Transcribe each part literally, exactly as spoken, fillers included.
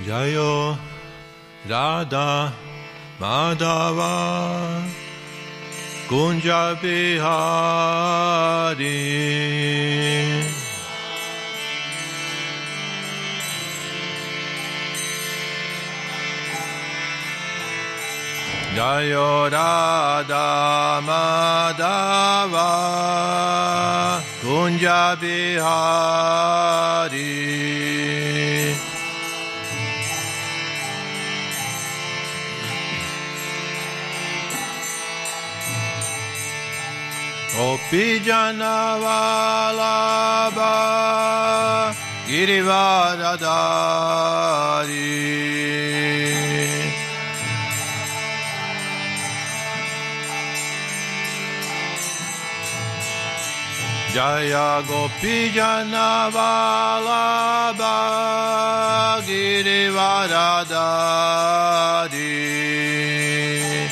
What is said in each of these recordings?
Jayo Radha Madhava Kunja Bihari Jayo Radha Madhava Kunja Bihari Gopi Jana Vallabha Girivaradari Jaya Gopi Jana Vallabha Girivaradari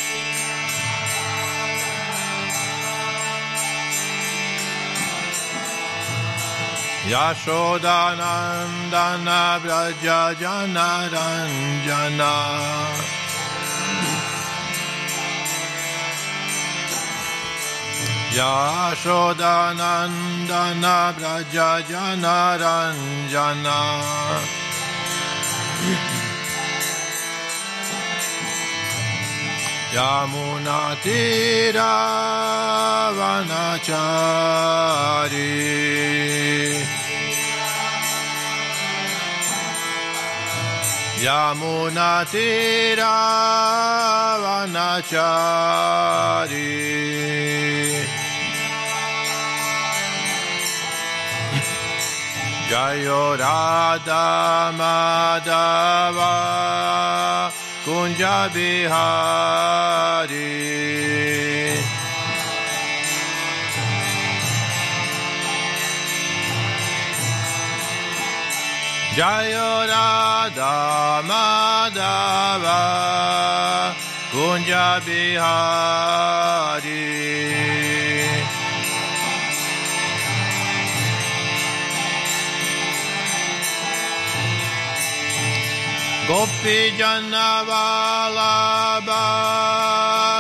Yashodanandana Braja Jana Ranjana Yashodanandana Braja Jana Ranjana Yamuna Tira Vanachari Yamuna Tira Vanachari Jayo Radha Madhava Kunja Bihari Jayo Radha Madhava Kunja Bihari Gopi Jana Vallabha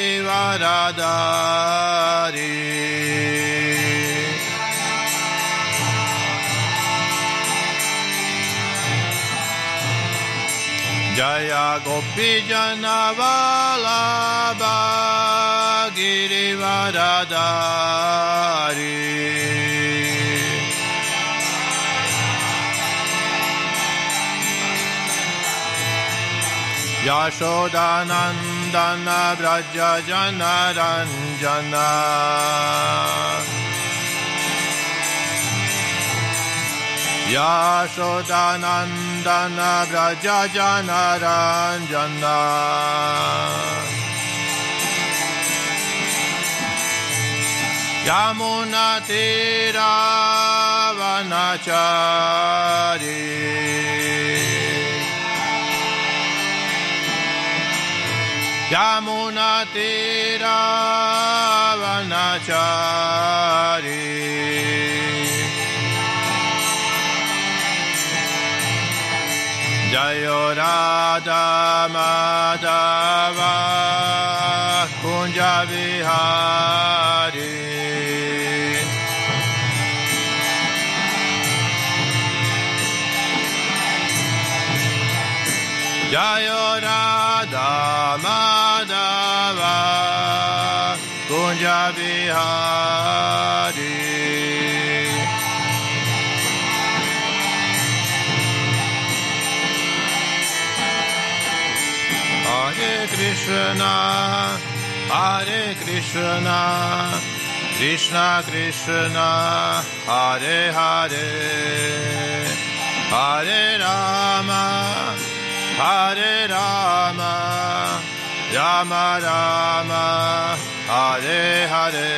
Girivaradari Jaya Gopi Jana Vallabha Girivaradari Yashodanandana Braja Jana Ranjana Yashodanandana Braja Jana Ranjana Yamuna Tira Vanachari Yamuna Tira Vanachari Jayo Radha Madhava Kunja Bihari Jayo Radha Madhava Kunja Bihari Hare Krishna Hare Krishna Krishna Krishna Hare Hare Hare Rama Hare Rama Rama Rama Hare Hare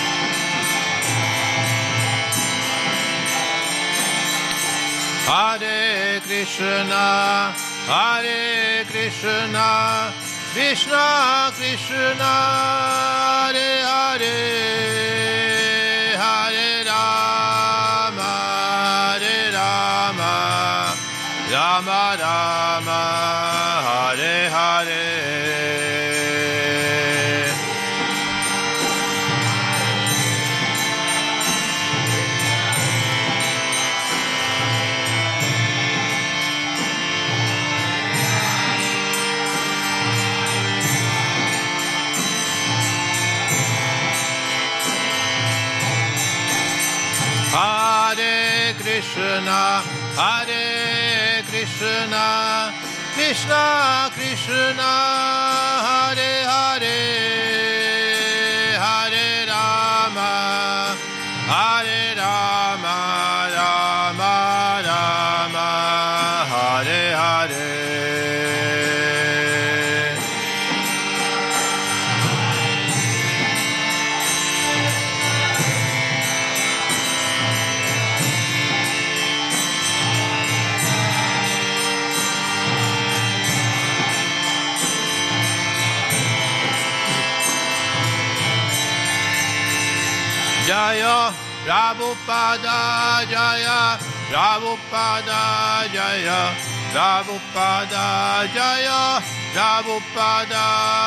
Hare Krishna, Hare Krishna, Krishna Krishna, Hare Hare, Hare Rama, Hare Rama, Rama Rama, Hare Hare. Hare Krishna, Hare Krishna, Krishna Krishna, Hare Hare, Hare Rama, Hare Rama, Rama Rama, Hare Hare. Jaya Prabhupada, Jaya Prabhupada, Jaya Prabhupada, Jaya Prabhupada.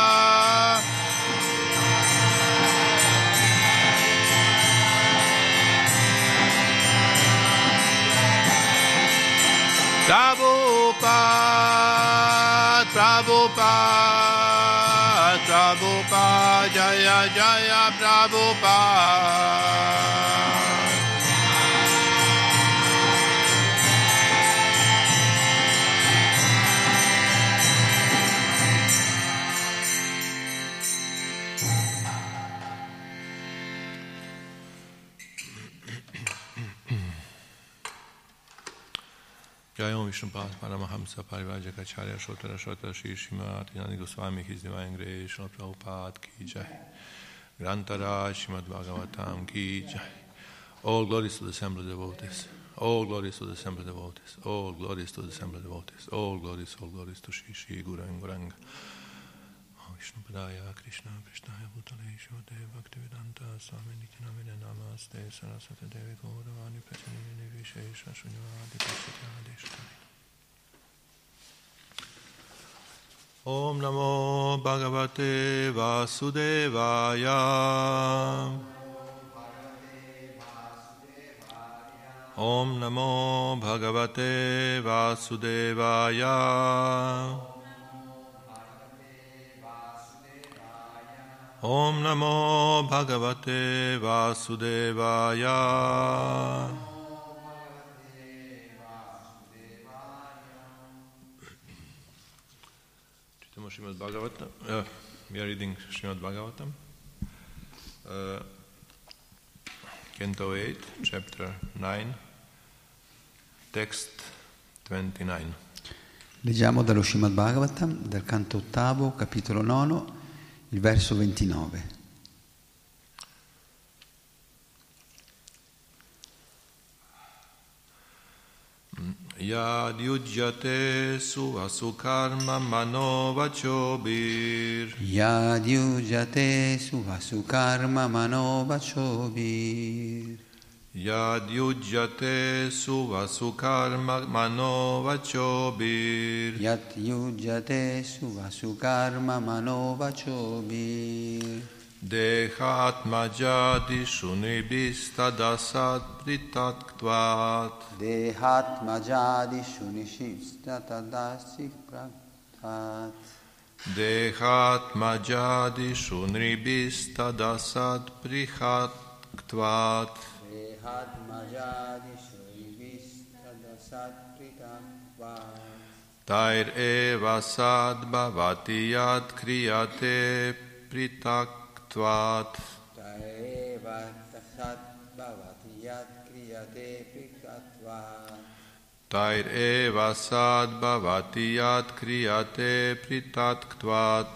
Prabhupada, Prabhupada, Prabhupada, Jaya Jaya Prabhupada. Jaya Om Vishnu Pad Paramahamsa Parivrajacharya Shotara Shotara Shri Srimad Nandi Goswami His Divine Grace Srila Prabhupada Ki Jai Grantaraj Srimad Bhagavatam Ki Jai. All glories to the assembled devotees. All glories to the assembled devotees. All glories to the assembled devotees. All glories, all glories to Shri Shri Guranga Guranga. Vishnu Padaya Krishna Krishnaya Bhutale Shivadeva Bhaktivedanta Swami Nityanamine Namaste Saraswati Devi Gauravani Prasini Nivishesha Shunyavadi Prasitya Om Namo Bhagavate Vasudevaya. Om Namo Bhagavate Vasudevaya. Om Namo Bhagavate Vasudevaya. Srimad Bhagavatam. Uh, we are reading Srimad Bhagavatam, uh, Canto eight, Chapter nine, Text ventinove. Leggiamo dallo Srimad Bhagavatam, dal canto ottavo, capitolo nono, il verso ventinove. Yad yujyate suvasu karma mano vachobir. Yad yujyate suvasu karma mano vachobir. Yad yujyate suvasu karma mano vachobir. Yad yujyate suvasu karma mano vachobir. Dehatmajadishu nibistadasat pritaktvat. Dehatmajadishu nibistadasat pritaktvat. Dehatmajadishu nibistadasat pritaktvat. Dehatmajadishu nibistadasat pritaktvat. Tair eva sad bhavati yad kriyate pritaktvat. Taeva tasat bhavati yad kriyate pritaktvat. Tair eva sad bhavati yad kriyate pritaktvat.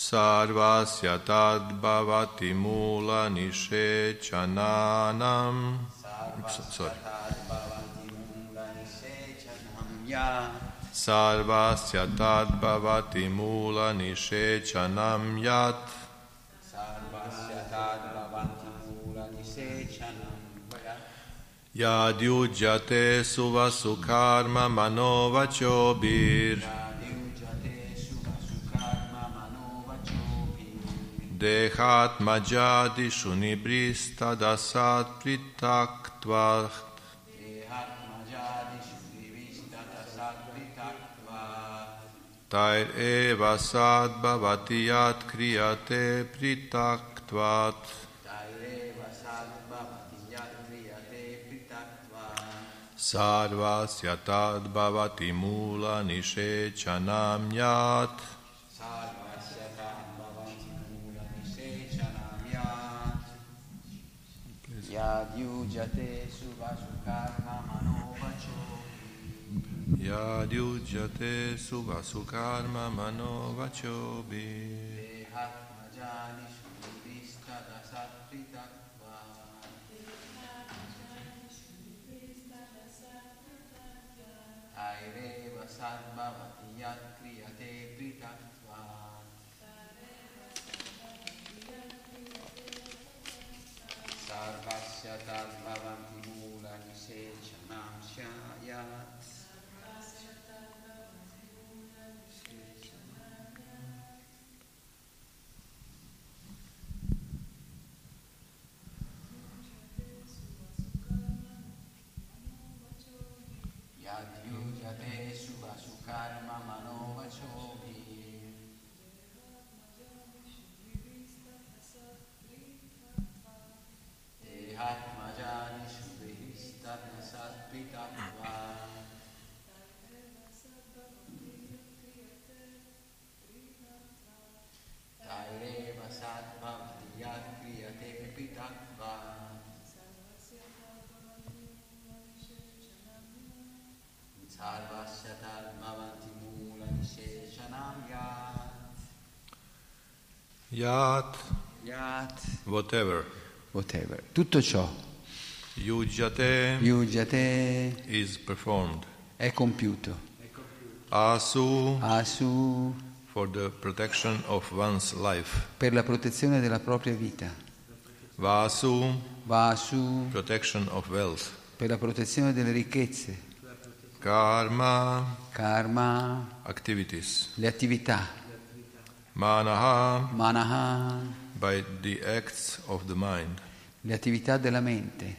Sarvasya tad bhavati mula nishechananam. Sorry. Sarvasya tad bhavati mula nishechanam yat. Yadyujate suvasukarma manovachobir. Dehat majadi shunibrista dasat pritaktva. Tair eva sad bhavati yat kriyate pritaktvat. Sarvasya tad bhavati mula nishechanam yat. Yadyujate suvasukarma manovachobir. Yadyujate suvasukarma manovachobir. Dehatmajani shudivista dasatpritatva. Taireva sadbhavati yat kriyate pritatva. Sarvasya tad bhavanti mula nisechanam syayat. Yadyujate suvasukarma manovachobir. Dehatmajani shubhistat nasatpritatva. Taireva sadbhavati yat kriyate pritatva. Sarvasya tad bhavanti mula nishechanam yat. Yat, Yat. whatever. Whatever. Tutto ciò. Yujate Yujate is performed. è compiuto. Asu Asu for the protection of one's life. per la protezione della propria vita. Vasu Vasu protection of wealth. per la protezione delle ricchezze. Karma Karma, activities. le attività. Manaha Manaha, by the acts of the mind. le attività della mente.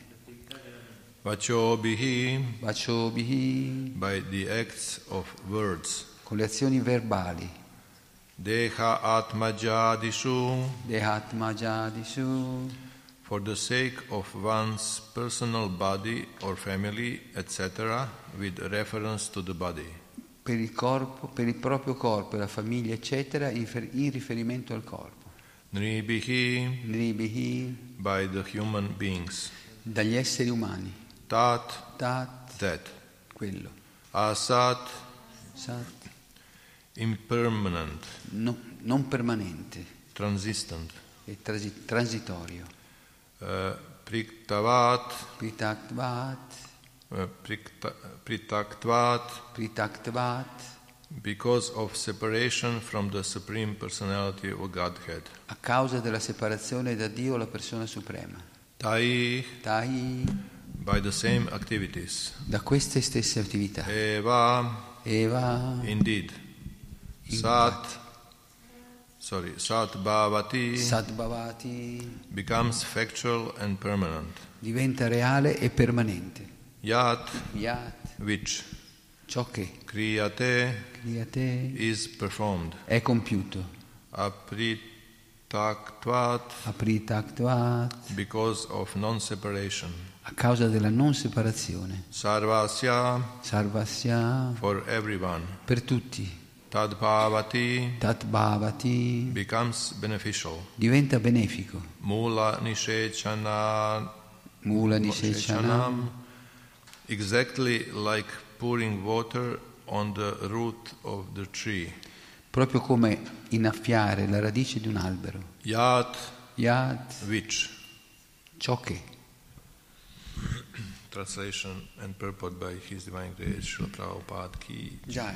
Vachobhihi Vachobhihi, by the acts of words. con le azioni verbali. Deha atmajadishu Dehatmajadisu, for the sake of one's personal body or family, et cetera, with reference to the body. per il corpo, per il proprio corpo e la famiglia, eccetera, in, fer- in riferimento al corpo. Nribihi Nribihi, by the human beings. dagli esseri umani. Tat, Tat, that. quello. Asat, Sat, impermanent, no, non permanente, transistent. è trasi- transitorio. Uh, Priktavat, Pritaktvat, uh, prikta, pritaktvat, pritaktvat, because of separation from the Supreme Personality of Godhead. a causa della separazione da Dio, la persona suprema. Tai, Tai, by the same activities. da queste stesse attività. Eva, Eva, indeed. Sat, sorry, Sat Bhavati Sadbhavati, becomes factual and permanent. diventa reale e permanente. Yat, Yat, which ciò che kriyate Kriyate is performed. è compiuto. Apritaktvat, Apritaktvat, because of non-separation. a causa della non separazione. Sarvasya, Sarvasya, for everyone. per tutti. Tadbhavati Tatbhavati, becomes beneficial. diventa benefico. Mula nishechana, Mula Nishechanam, exactly like pouring water on the root of the tree. proprio come innaffiare la radice di un albero. Yat, Yad, which. ciò che. Translation and purport by His Divine Grace, Srila Prabhupada Ki. Jai.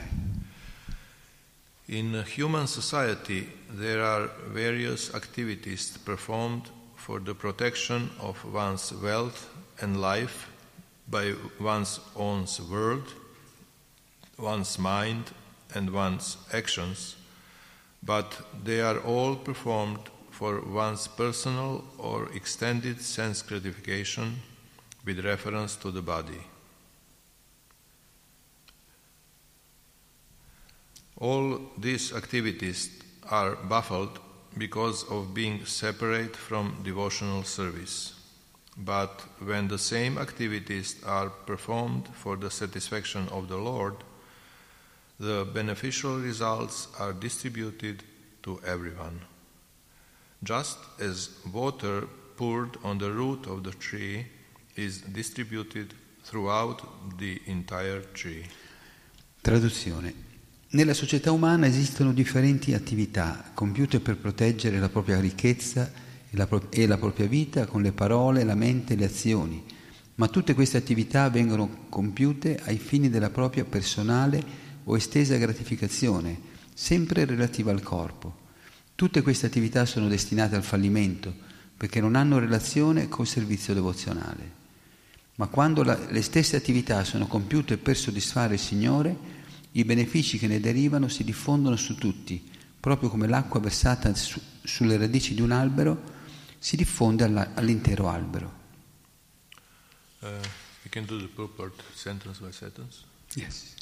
In human society, there are various activities performed for the protection of one's wealth and life by one's own world, one's mind, and one's actions, but they are all performed for one's personal or extended sense gratification with reference to the body. All these activities are baffled because of being separate from devotional service. But when the same activities are performed for the satisfaction of the Lord, the beneficial results are distributed to everyone. Just as water poured on the root of the tree is distributed throughout the entire tree. Traduzione. Nella società umana esistono differenti attività compiute per proteggere la propria ricchezza e la, pro- e la propria vita con le parole, la mente e le azioni, ma tutte queste attività vengono compiute ai fini della propria personale o estesa gratificazione, sempre relativa al corpo. Tutte queste attività sono destinate al fallimento perché non hanno relazione col servizio devozionale. Ma quando la, le stesse attività sono compiute per soddisfare il Signore, i benefici che ne derivano si diffondono su tutti, proprio come l'acqua versata su, sulle radici di un albero si diffonde alla, all'intero albero. Uh, we can do the purport sentence by sentence. Yes.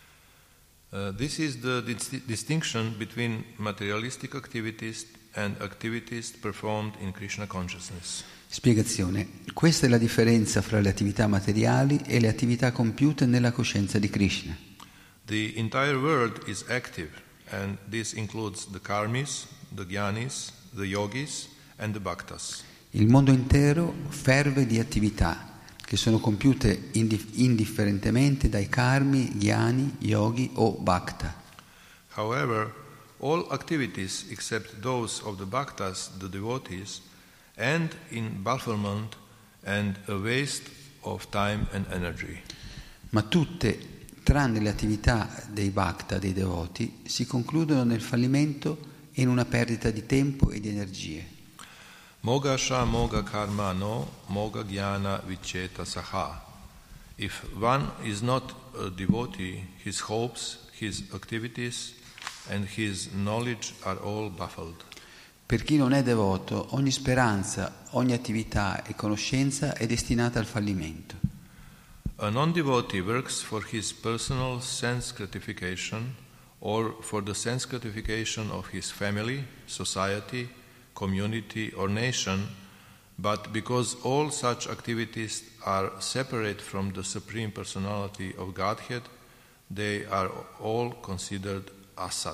Uh, this is the dis- distinction between materialistic activities and activities performed in Krishna consciousness. Spiegazione. Questa è la differenza fra le attività materiali e le attività compiute nella coscienza di Krishna. The entire world is active, and this includes the karmis, the jnanis, the yogis, and the bhaktas. Il mondo intero ferve di attività che sono compiute indif- indifferentemente dai karmi, jnani, yogi o bhakta. However, all activities except those of the bhaktas, the devotees, end in bafflement and a waste of time and energy. Ma tutte, tranne le attività dei bhakta, dei devoti, si concludono nel fallimento e in una perdita di tempo e di energie. Moga sha moga karma no, moga jnana vicheta saha. If one is not a devotee, his hopes, his activities, and his knowledge are all baffled. Per chi non è devoto, ogni speranza, ogni attività e conoscenza è destinata al fallimento. A non-devotee works for his personal sense gratification or for the sense gratification of his family, society, community or nation, but because all such activities are separate from the Supreme Personality of Godhead, they are all considered asat.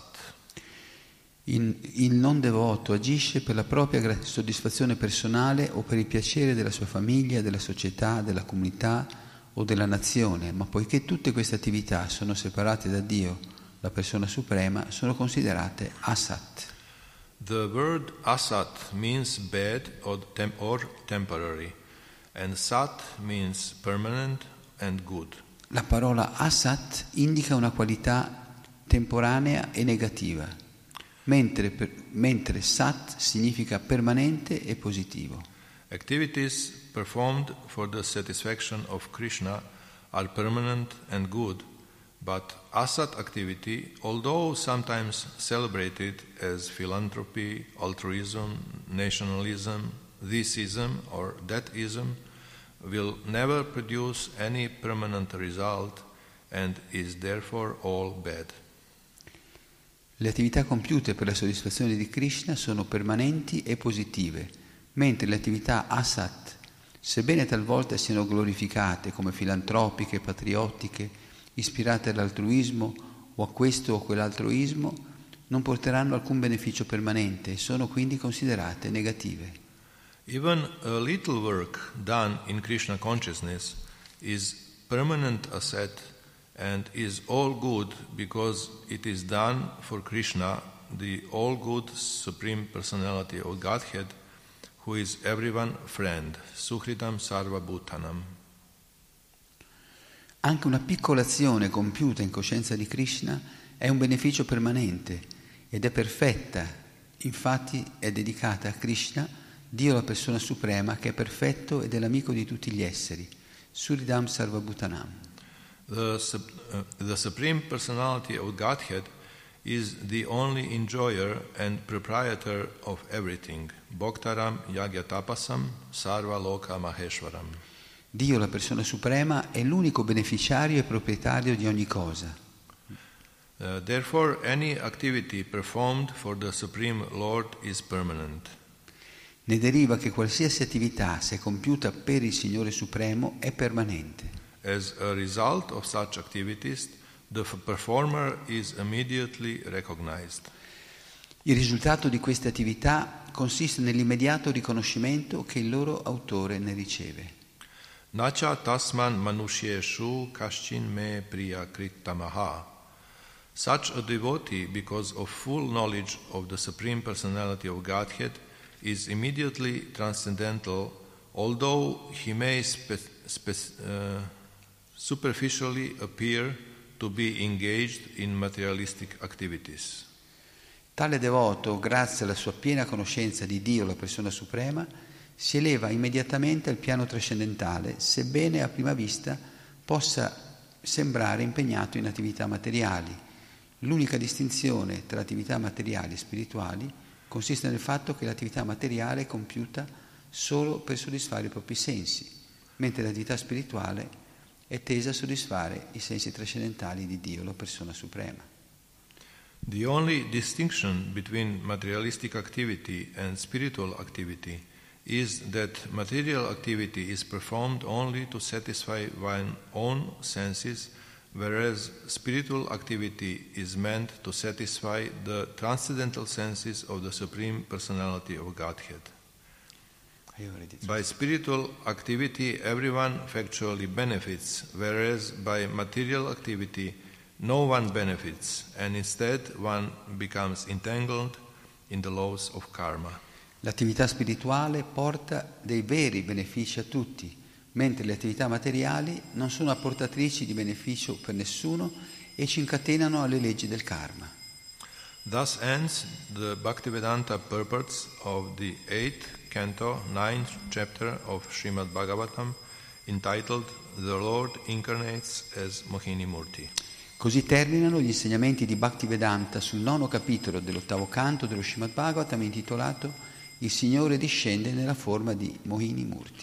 Il, il non devoto agisce per la propria soddisfazione personale o per il piacere della sua famiglia, della società, della comunità o della nazione, ma poiché tutte queste attività sono separate da Dio, la persona suprema, sono considerate asat. The word asat means bad or, tem- or temporary, and sat means permanent and good. La parola asat indica una qualità temporanea e negativa, mentre, per, mentre sat significa permanente e positivo. Activities performed for the satisfaction of Krishna are permanent and good, but asat activity, although sometimes celebrated as philanthropy, altruism, nationalism, thisism or thatism, will never produce any permanent result and is therefore all bad. Le attività compiute per la soddisfazione di Krishna sono permanenti e positive, mentre le attività asat, sebbene talvolta siano glorificate come filantropiche, patriottiche, ispirate all'altruismo o a questo o quell'altruismo, non porteranno alcun beneficio permanente e sono quindi considerate negative. Even a little work done in Krishna consciousness is permanent asset and is all good because it is done for Krishna, the all-good Supreme Personality of Godhead, who is everyone friend, Suhritam Sarva Bhutanam. Anche una piccola azione compiuta in coscienza di Krishna è un beneficio permanente ed è perfetta, infatti è dedicata a Krishna, Dio la persona suprema che è perfetto ed è l'amico di tutti gli esseri, Suhritam Sarva Bhutanam. The, uh, the Supreme Personality of Godhead is the only enjoyer and proprietor of everything, Bhoktaram Yagyatapasam Sarva Loka Maheshwaram. Dio, la persona suprema, è l'unico beneficiario e proprietario di ogni cosa. Uh, therefore, any activity performed for the Supreme Lord is permanent. Ne deriva che qualsiasi attività, se compiuta per il Signore Supremo, è permanente. As a result of such activities, the performer is immediately recognized. Il risultato di queste attività consiste nell'immediato riconoscimento che il loro autore ne riceve. Nacha tasman manushyeshu kaschin me priya krittamaha. Such a devotee, because of full knowledge of the Supreme Personality of Godhead, is immediately transcendental, although he may spe- spe- uh, superficially appear to be engaged in materialistic activities. Tale devoto, grazie alla sua piena conoscenza di Dio, la persona suprema, si eleva immediatamente al piano trascendentale, sebbene a prima vista possa sembrare impegnato in attività materiali. L'unica distinzione tra attività materiali e spirituali consiste nel fatto che l'attività materiale è compiuta solo per soddisfare i propri sensi, mentre l'attività spirituale è tesa a soddisfare i sensi trascendentali di Dio, la persona suprema. The only distinction between materialistic activity and spiritual activity is that material activity is performed only to satisfy one's own senses, whereas spiritual activity is meant to satisfy the transcendental senses of the Supreme Personality of Godhead. By spiritual activity, everyone factually benefits, whereas by material activity, no one benefits, and instead one becomes entangled in the laws of karma. L'attività spirituale porta dei veri benefici a tutti, mentre le attività materiali non sono apportatrici di beneficio per nessuno e ci incatenano alle leggi del karma. Thus ends the Bhaktivedanta purports of the eighth canto, ninth chapter of Srimad Bhagavatam, entitled The Lord Incarnates as Mohini Murti. Così terminano gli insegnamenti di Bhaktivedanta sul nono capitolo dell'ottavo canto dello Srimad Bhagavatam, intitolato Il Signore discende nella forma di Mohini Murti.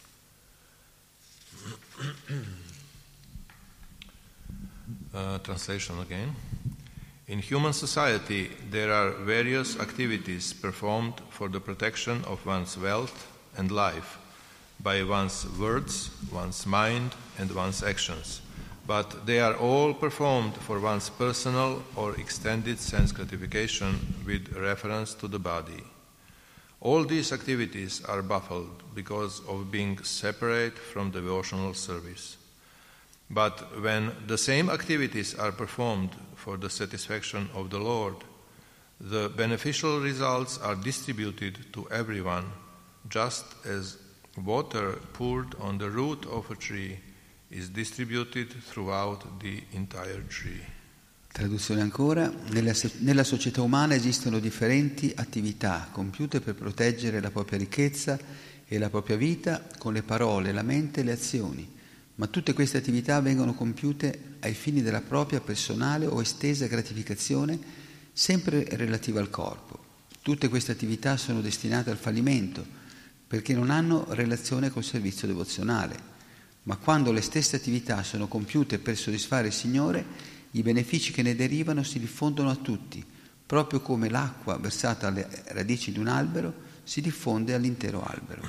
Uh, translation again. In human society, there are various activities performed for the protection of one's wealth and life by one's words, one's mind, and one's actions. But they are all performed for one's personal or extended sense gratification with reference to the body. All these activities are baffled because of being separate from devotional service. But when the same activities are performed for the satisfaction of the Lord, the beneficial results are distributed to everyone, just as water poured on the root of a tree is distributed throughout the entire tree. Traduzione ancora. Nella, nella società umana esistono differenti attività compiute per proteggere la propria ricchezza e la propria vita con le parole, la mente e le azioni, ma tutte queste attività vengono compiute ai fini della propria personale o estesa gratificazione, sempre relativa al corpo. Tutte queste attività sono destinate al fallimento perché non hanno relazione col servizio devozionale, ma quando le stesse attività sono compiute per soddisfare il Signore, i benefici che ne derivano si diffondono a tutti, proprio come l'acqua versata alle radici di un albero si diffonde all'intero albero.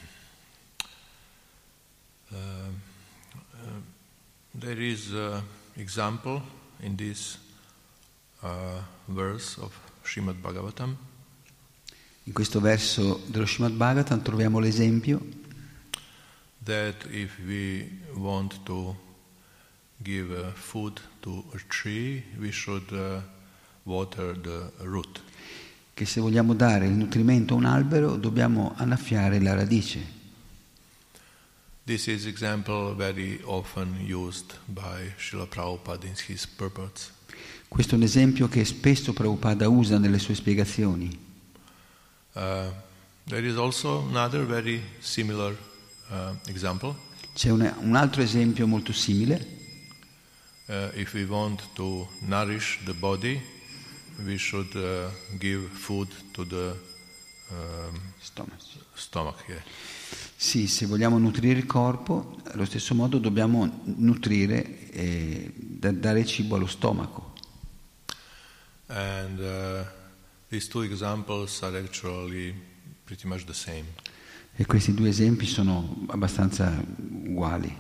Uh, uh, there is an example in this uh, verse of Srimad Bhagavatam. In questo verso dello Srimad Bhagavatam troviamo l'esempio that if we want to give uh, food to a tree, we should uh, water the root. Che se vogliamo dare il nutrimento a un albero dobbiamo annaffiare la radice. This is example very often used by Srila Prabhupada in his purports. Questo è un esempio che spesso Prabhupada usa nelle sue spiegazioni. Uh, there is also another very similar uh, example. C'è un, un altro esempio molto simile. Uh, if we want to nourish the body, we should uh, give food to the um, Stomach. stomach. Yeah. Sì, se vogliamo nutrire il corpo, allo stesso modo dobbiamo nutrire e dare cibo allo stomaco. And uh, these two examples are actually pretty much the same. E questi due esempi sono abbastanza uguali.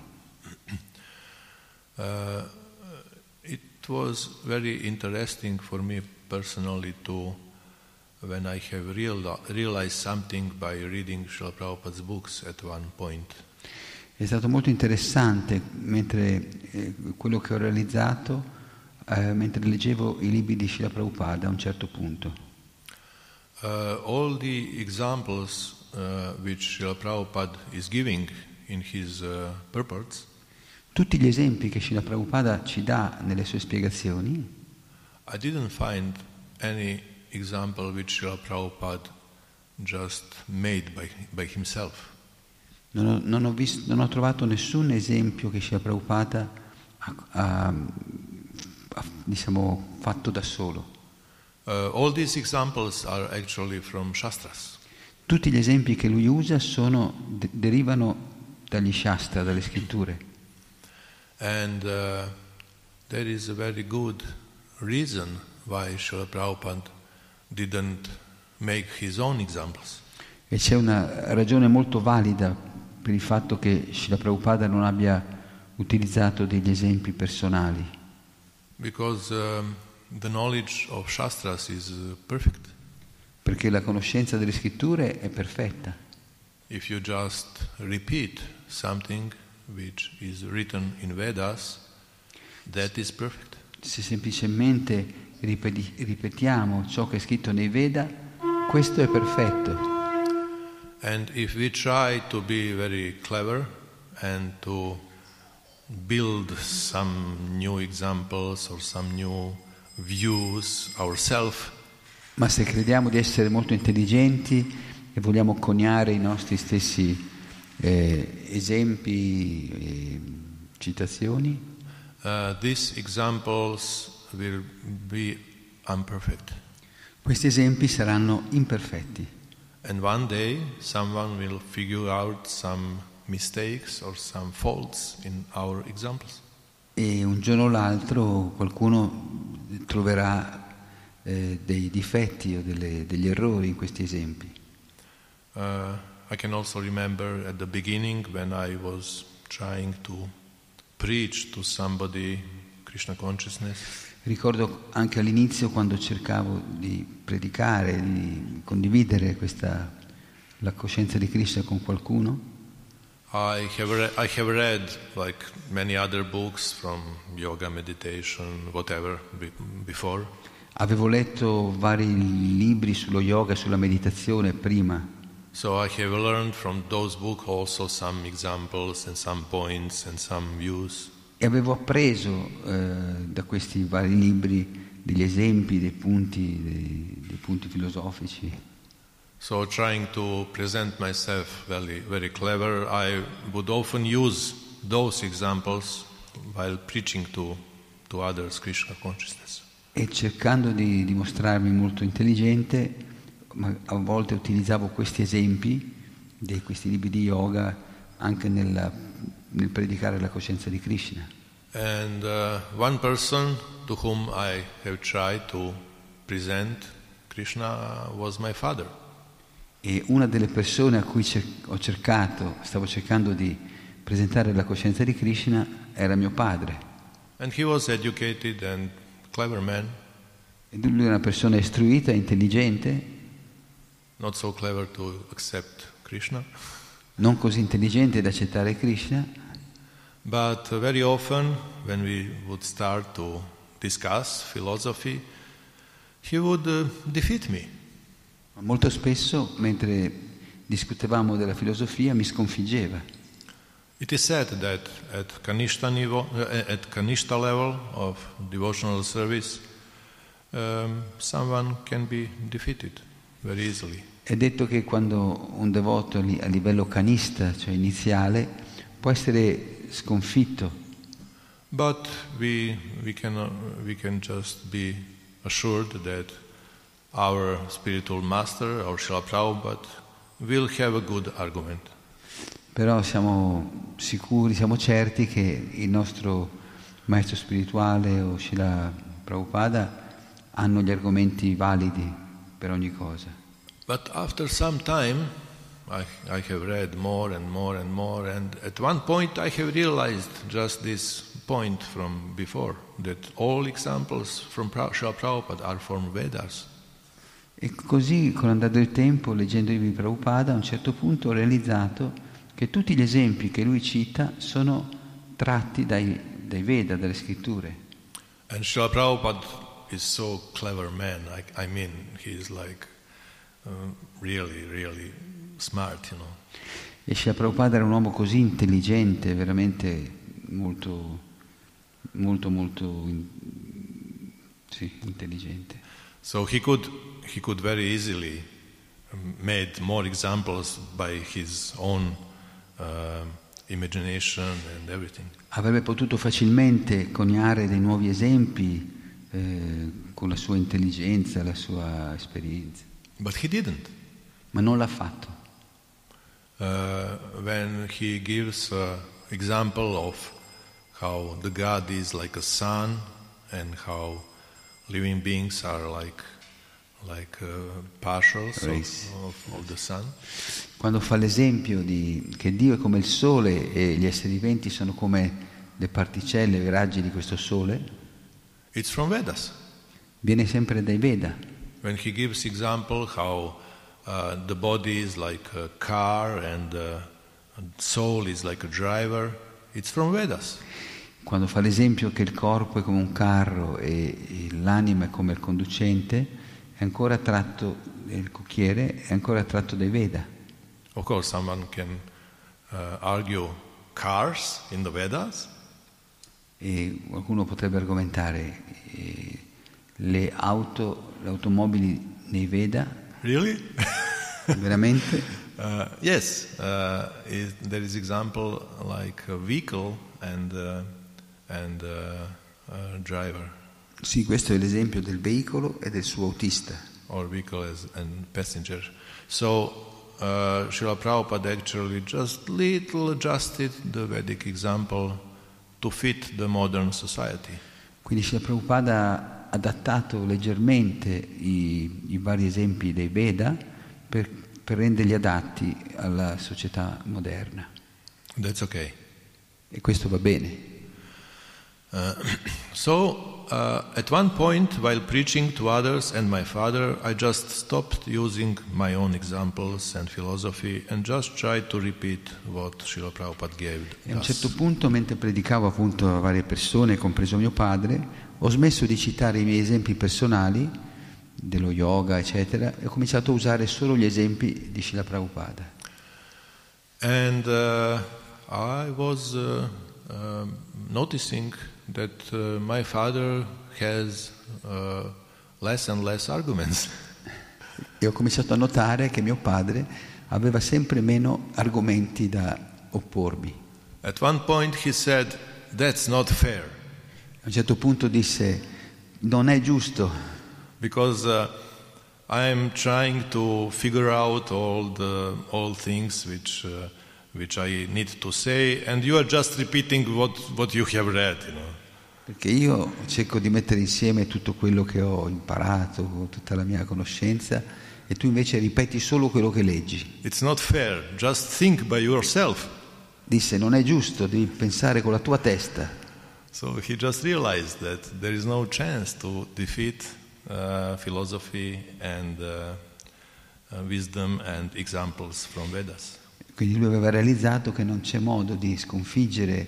Uh, it was very interesting for me personally to, when I have real, realized something by reading Srila Prabhupada's books at one point. È stato molto interessante mentre eh, quello che ho realizzato eh, mentre leggevo i libri di Srila Prabhupada a un certo punto. Uh, all the examples uh, which Srila Prabhupada is giving in his uh, purports, tutti gli esempi che Srila Prabhupada ci dà nelle sue spiegazioni, I didn't find any example which Srila Prabhupada just made by, by himself. non ho, non ho, visto, non ho trovato nessun esempio che Srila Prabhupada ha, ha, ha diciamo, fatto da solo. Uh, all these examples are actually from Shastras. Tutti gli esempi che lui usa sono, de- derivano dagli Shastra, dalle scritture. And uh, there is a very good reason why Srila Prabhupada didn't make his own examples. E c'è una ragione molto valida per il fatto che Srila Prabhupada non abbia utilizzato degli esempi personali. Because um, the knowledge of Shastras is uh, perfect. Perché la conoscenza delle scritture è perfetta. If you just repeat something which is written in Vedas, that is perfect. Se semplicemente ripeti- ripetiamo ciò che è scritto nei Veda, questo è perfetto. And if we try to be very clever and to build some new examples or some new views ourselves, Ma se crediamo di essere molto intelligenti e vogliamo coniare i nostri stessi eh, esempi e citazioni, uh, these examples will be imperfect. questi esempi saranno imperfetti. And one day someone will figure out some mistakes or some faults in our examples. E un giorno o l'altro qualcuno troverà eh, dei difetti o delle, degli errori in questi esempi. Uh, I can also remember at the beginning when I was trying to preach to somebody Krishna consciousness. Ricordo anche all'inizio quando cercavo di predicare, di condividere questa, la coscienza di Krishna con qualcuno. I have, re- I have read like many other books from yoga, meditation, whatever be- before. Avevo letto vari libri sullo yoga e sulla meditazione prima. So I have learned from those books also some examples and some points and some views. E avevo appreso eh, da questi vari libri degli esempi, dei punti, dei, dei punti filosofici. So trying to present myself very, very clever, I would often use those examples while preaching to, to others Krishna consciousness. E cercando di dimostrarmi molto intelligente, ma a volte utilizzavo questi esempi di questi libri di yoga anche nella, nel predicare la coscienza di Krishna. And uh, one person to whom I have tried to present Krishna was my father. E una delle persone a cui cer- ho cercato, stavo cercando di presentare la coscienza di Krishna era mio padre. And he was educated and clever man, E lui era una persona istruita e intelligente, not so clever to accept Krishna, non così intelligente da accettare Krishna, But uh, very often, when we would start to discuss philosophy, he would uh, defeat me. Molto spesso, mentre discutevamo della filosofia, mi sconfiggeva. It is said that at Kanishta, niveau, uh, at Kanishta level of devotional service, um, someone can be defeated very easily. È detto che quando un devoto a livello canista, cioè iniziale, può essere sconfitto. But we we can uh, we can just be assured that our spiritual master, our Srila Prabhupada, will have a good argument. Però siamo sicuri, siamo certi che il nostro maestro spirituale o Srila Prabhupada hanno gli argomenti validi per ogni cosa. But after some time, I, I have read more and more and more, and at one point I have realized just this point from before, that all examples from Srila Prabhupada are from Vedas. E così, con l'andare del tempo, leggendo i libri di Prabhupada, a un certo punto ho realizzato che tutti gli esempi che lui cita sono tratti dai, dai Veda, dalle scritture. And Srila Prabhupada is so clever man, I, I mean, he is like uh, really, really smart, you know. E Srila Prabhupada era un uomo così intelligente, veramente molto, molto, molto in, sì, intelligente. So he could he could very easily made more examples by his own uh, imagination and everything. Avrebbe potuto facilmente coniare dei nuovi esempi eh, con la sua intelligenza, la sua esperienza. But he didn't. Ma non l'ha fatto. Uh, when he gives an example of how the God is like a sun and how living beings are like like uh, partials of, of, of the sun. Quando fa l'esempio di che Dio è come il sole e gli esseri viventi sono come le particelle, i raggi di questo sole, it's from Vedas. Viene sempre dai Veda. When he gives example how uh, the body is like a car and the soul is like a driver, it's from Vedas. Quando fa l'esempio che il corpo è come un carro e l'anima è come il conducente, è ancora tratto, il cocchiere è ancora tratto dai Veda. Of course, someone can uh, argue cars in the Vedas. E qualcuno potrebbe argomentare eh, le auto, le automobili nei Veda. Really? Veramente? Uh, yes, uh, it, there is example like a vehicle and uh, and uh, uh, driver. Sì, questo è l'esempio del veicolo e del suo autista. Or vehicle as, and passenger. So uh, Srila Prabhupada actually just little adjusted the Vedic example to fit the modern society. Quindi Srila Prabhupada ha adattato leggermente i, i vari esempi dei Veda per, per renderli adatti alla società moderna. That's okay. E questo va bene. Uh, so, uh, at one point, while preaching to others and my father, I just stopped using my own examples and philosophy and just tried to repeat what Srila Prabhupada gave us. E a un certo punto, mentre predicavo appunto a varie persone, compreso mio padre, ho smesso di citare i miei esempi personali dello yoga, eccetera, e ho cominciato a usare solo gli esempi di Srila Prabhupada. And uh, I was uh, uh, noticing that uh, my father has uh, less and less arguments. E ho cominciato a notare che mio padre aveva sempre meno argomenti da oppormi. At one point he said, "That's not fair." A un certo punto disse, non è giusto. Because uh, I'm trying to figure out all the all things which uh, which I need to say, and you are just repeating what what you have read, you know. Perché io cerco di mettere insieme tutto quello che ho imparato, tutta la mia conoscenza, e tu invece ripeti solo quello che leggi. It's not fair. Just think by yourself. Disse, non è giusto, devi pensare con la tua testa. So he just realized that there is no chance to defeat uh, philosophy and uh, uh, wisdom and examples from Vedas. Quindi lui aveva realizzato che non c'è modo di sconfiggere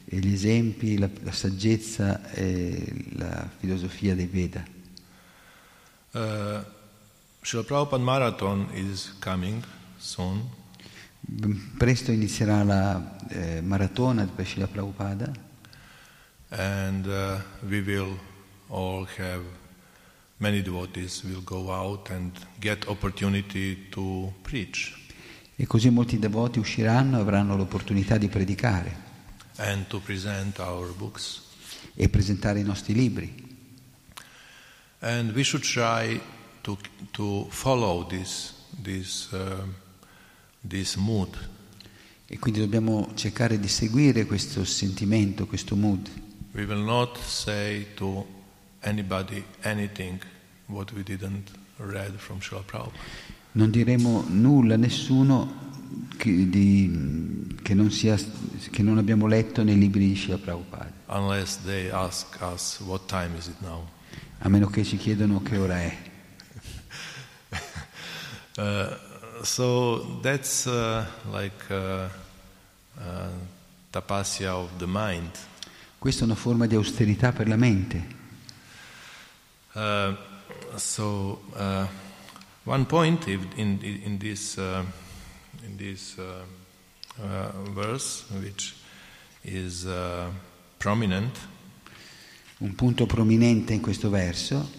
e gli esempi, la, la saggezza e la filosofia dei Veda. Uh, Srila Prabhupada Marathon is coming soon. Presto inizierà la eh, maratona per Srila Prabhupada. And uh, we will all have, many devotees will go out and get opportunity to preach. E così molti devoti usciranno e avranno l'opportunità di predicare. And to present our books. E presentare i nostri libri. And we should try to to follow this this uh, this mood. E quindi dobbiamo cercare di seguire questo sentimento, questo mood. We will not say to anybody anything what we didn't read from Srila Prabhupada. Non diremo nulla a nessuno che, di, che, non sia, che non abbiamo letto nei libri di Srila Prabhupada. Unless they ask us what time is it now. A meno che ci chiedono che ora è. uh, so that's uh, like uh, uh, tapasya of the mind. Questa è una forma di austerità per la mente. Uh, so uh, one point in in, in this uh, in this uh, uh, verse, which is uh, prominent. Un punto prominente in questo verso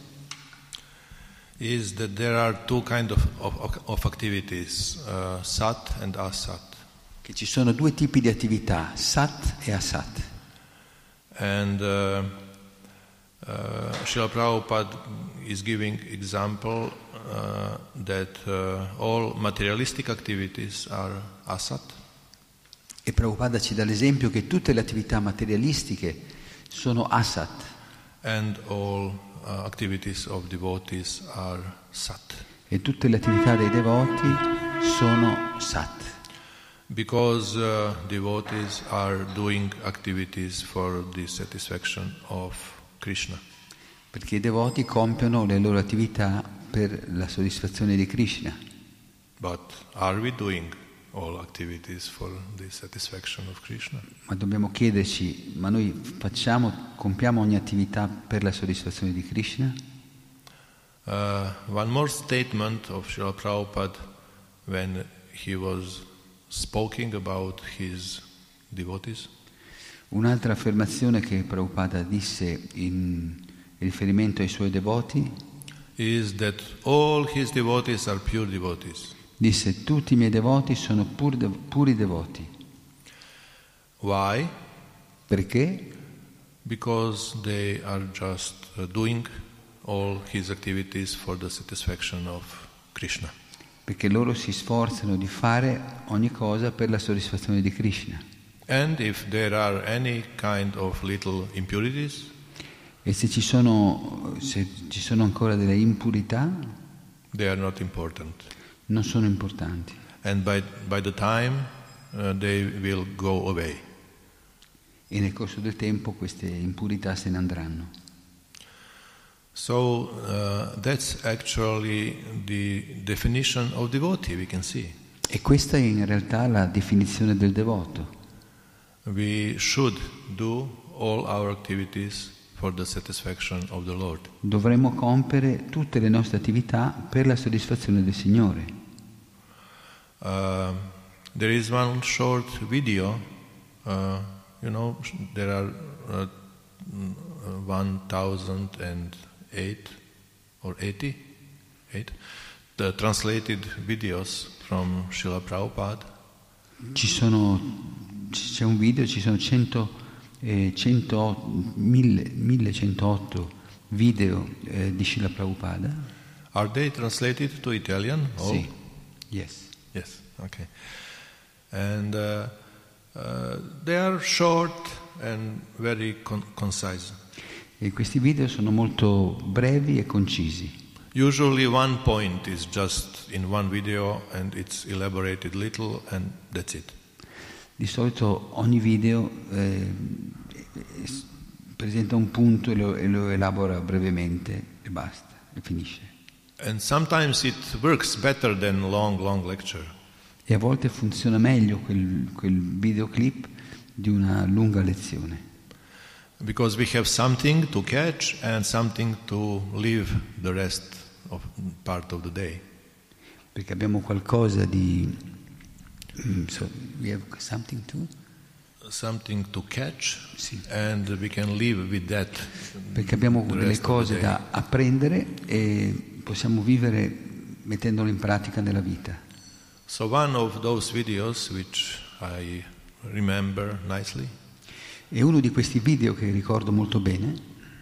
is that there are two kind of, of, of activities, uh, sat and asat. Che ci sono due tipi di attività, sat e asat. And uh, uh, Srila Prabhupada is giving example uh, that uh, all materialistic activities are asat. E Prabhupada ci dà l'esempio che tutte le attività materialistiche sono asat. And all uh, activities of devotees are sat. E tutte le attività dei devoti sono sat. Because uh, devotees are doing activities for the satisfaction of Krishna. Perché i devoti compiono le loro attività per la soddisfazione di Krishna. But are we doing all activities for the satisfaction of Krishna? Ma dobbiamo chiederci, ma noi facciamo, compiamo ogni attività per la soddisfazione di Krishna? Uh, one more statement of Srila Prabhupada when he was speaking about his devotees. Un'altra affermazione che Prabhupada disse in riferimento ai suoi devoti is that all his devotees are pure devotees. Disse: tutti i miei devoti sono pur de- puri devoti. Why? Perché? Because they are just uh, doing all his activities for the satisfaction of Krishna. Perché loro si sforzano di fare ogni cosa per la soddisfazione di Krishna. And if there are any kind of little impurities, e se ci sono, se ci sono ancora delle impurità, they are not important. Non sono importanti. And by by the time uh, they will go away. E nel corso del tempo queste impurità se ne andranno. So uh, that's actually the definition of devotee, we can see. E questa è in realtà la definizione del devoto. We should do all our activities for the satisfaction of the Lord. Dovremmo compiere tutte le nostre attività per la soddisfazione del Signore. Uh, there is one short video, uh, you know, there are uh, one thousand eight or eighty, eight, the translated videos from Srila Prabhupada. Ci sono, c'è un video, ci sono cento, eh, cento, mille, millecentotto video eh, di Srila Prabhupada. Are they translated to Italian? Oh. Sì. Yes. Yes, okay. And uh, uh, they are short and very con- concise. E questi video sono molto brevi e concisi. Usually one point is just in one video and it's elaborated little and that's it. Di solito ogni video eh, presenta un punto e lo, e lo elabora brevemente e basta, e finisce. And sometimes it works better than long, long lecture. E a volte funziona meglio quel, quel videoclip di una lunga lezione. Because we have something to catch and something to live the rest of part of the day. Perché abbiamo qualcosa di... So, we have something to... Something to catch, sì. And we can live with that. Perché abbiamo delle cose da apprendere e possiamo vivere mettendolo in pratica nella vita. So one of those videos which I remember nicely. E uno di questi video che ricordo molto bene.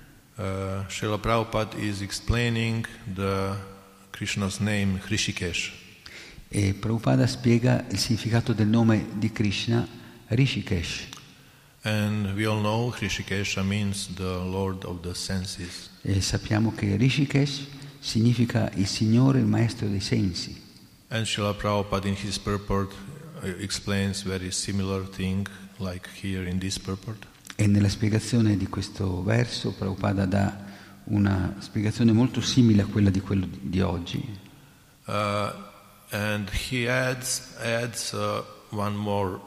Uh, Srila Prabhupada is explaining the Krishna's name Hrishikesh. E Prabhupada spiega il significato del nome di Krishna, Rishikesh. And we all know Hrishikesha means the Lord of the senses. E sappiamo che Rishikesh significa il Signore, il Maestro dei sensi. And Srila Prabhupada in his purport explains very similar thing like here in this purport. E nella spiegazione di questo verso Prabhupada dà una spiegazione molto simile a quella di quello di oggi. Uh, and he adds, adds uh, one more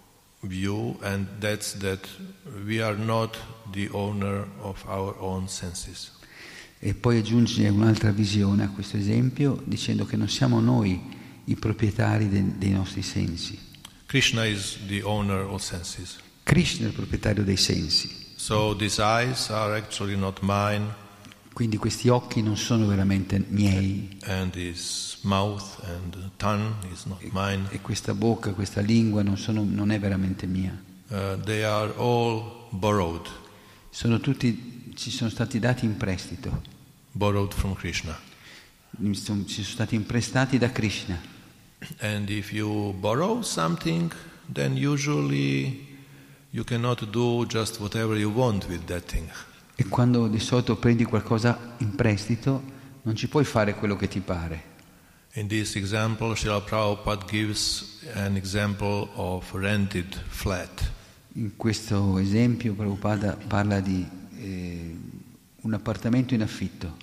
view, and that's that we are not the owner of our own senses. E poi aggiunge un'altra visione a questo esempio dicendo che non siamo noi i proprietari de- dei nostri sensi. Krishna is the owner of senses. Krishna è il proprietario dei sensi. So these eyes are actually not mine. Quindi questi occhi non sono veramente miei. And his mouth and tongue is not mine. E questa bocca, questa lingua non, sono, non è veramente mia. Uh, they are all borrowed. Sono tutti, ci sono stati dati in prestito. Borrowed from Krishna. Ci sono stati imprestati da Krishna. And if you borrow something, then usually you cannot do just whatever you want with that thing. E quando di solito prendi qualcosa in prestito, non ci puoi fare quello che ti pare. In this example, Srila Prabhupada gives an example of rented flat. In questo esempio Prabhupada parla di eh, un appartamento in affitto.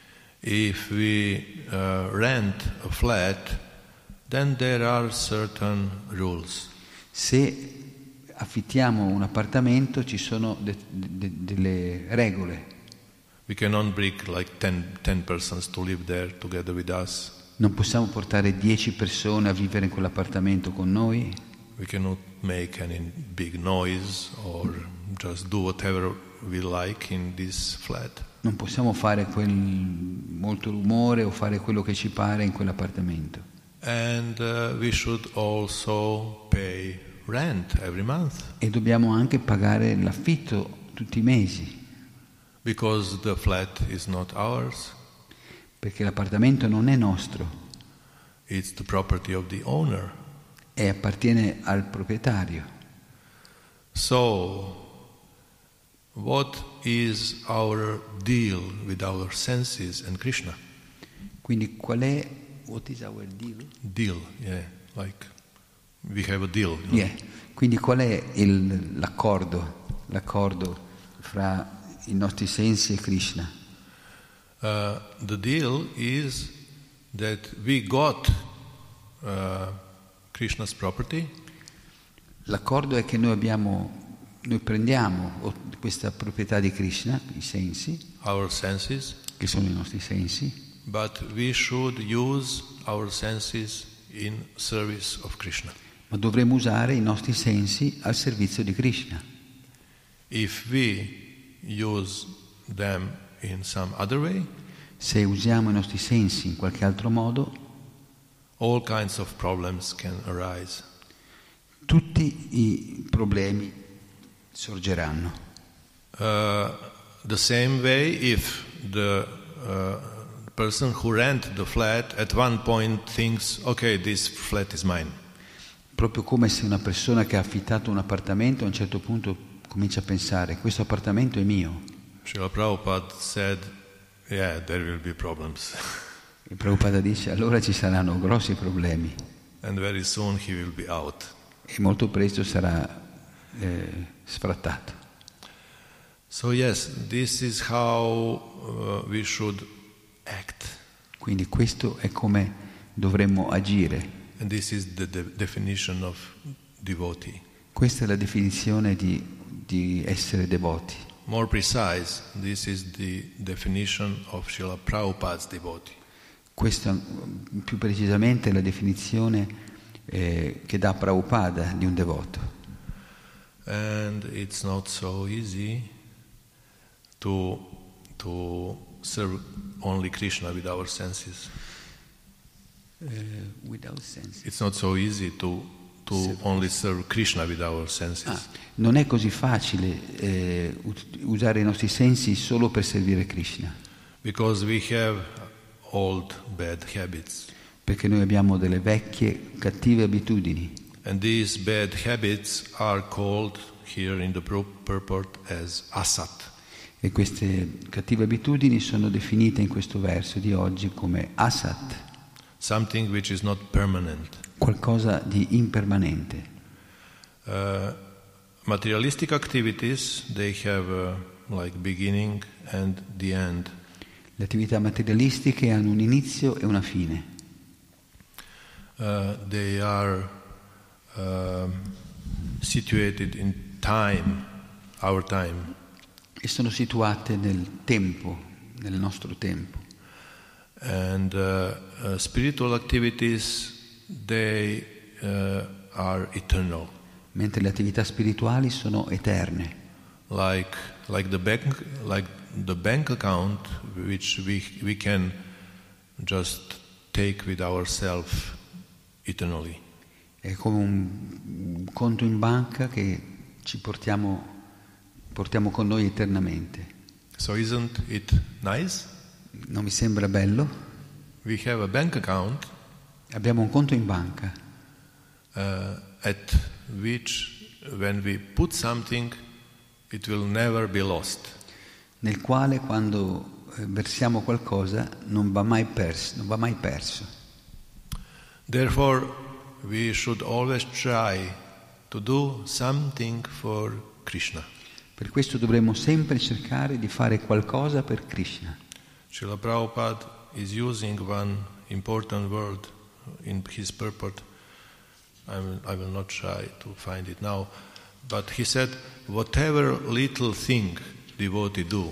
If we uh, rent a flat, then there are certain rules. Se affittiamo un appartamento ci sono de- de- delle regole. We cannot bring like ten, ten persons to live there together with us. Non possiamo portare dieci persone a vivere in quell'appartamento con noi. We cannot make any big noise or just do whatever we like in this flat. Non possiamo fare quel molto rumore o fare quello che ci pare in quell'appartamento. And uh, we should also pay rent every month. E dobbiamo anche pagare l'affitto tutti i mesi. Because the flat is not ours. Perché l'appartamento non è nostro. It's the property of the owner. E appartiene al proprietario. So, what is our deal with our senses and Krishna? Quindi qual è, what is our deal? Deal, yeah, like we have a deal. You know? Yeah. Quindi qual è il, l'accordo, l'accordo fra i nostri sensi e Krishna? Uh, the deal is that we got uh, Krishna's property. L'accordo è che noi abbiamo, noi prendiamo questa proprietà di Krishna, i sensi, our senses, che sono i nostri sensi, but we should use our senses in service of Krishna. ma dovremo usare i nostri sensi al servizio di Krishna. If we use them in some other way, se usiamo i nostri sensi in qualche altro modo, all kinds of problems can arise. Tutti i problemi sorgeranno. Uh, the same way, if the uh, person who rent the flat at one point thinks, okay, this flat is mine. Proprio come se una persona che ha affittato un appartamento a un certo punto comincia a pensare, questo appartamento è mio. Srila Prabhupada said, yeah, there will be problems. E Prabhupada dice, allora ci saranno grossi problemi. And very soon he will be out. E molto presto sarà eh, sfrattato. So yes, this is how uh, we should act. Quindi questo è come dovremmo agire. And this is the de- definition of devotee. Questa è la definizione di, di essere devoti. More precise, this is the definition of Srila Prabhupada's devotee. Questa più precisamente è la definizione eh, che dà Prabhupada di un devoto. And it's not so easy to, to serve only Krishna with our senses. Uh, without senses. It's not so easy to, to only serve Krishna with our senses. Ah, non è così facile eh, usare i nostri sensi solo per servire Krishna. Because we have old bad habits. Perché noi abbiamo delle vecchie cattive abitudini. And these bad habits are called here in the purport as asat. E queste cattive abitudini sono definite in questo verso di oggi come asat. Something which is not permanent. Qualcosa di impermanente. Uh, materialistic activities, they have a, like beginning and the end. Le attività materialistiche hanno un inizio e una fine. Uh, they are uh, situated in time, our time. E sono situate nel tempo, nel nostro tempo. And uh, uh, spiritual activities, they uh, are eternal. Mentre le attività spirituali sono eterne. Like, like the bank, like the bank account, which we we can just take with ourselves eternally. È come un conto in banca che ci portiamo, portiamo con noi eternamente. So isn't it nice? Non mi sembra bello? We have a bank account. Abbiamo un conto in banca. Uh, at which, when we put something, it will never be lost. Nel quale quando versiamo qualcosa non va mai perso, non va mai perso. Therefore, we should always try to do something for Krishna. Per questo dovremmo sempre cercare di fare qualcosa per Krishna. Srila Prabhupada is using one important word in his purport. I will, I will not try to find it now, but he said, whatever little thing devotee do.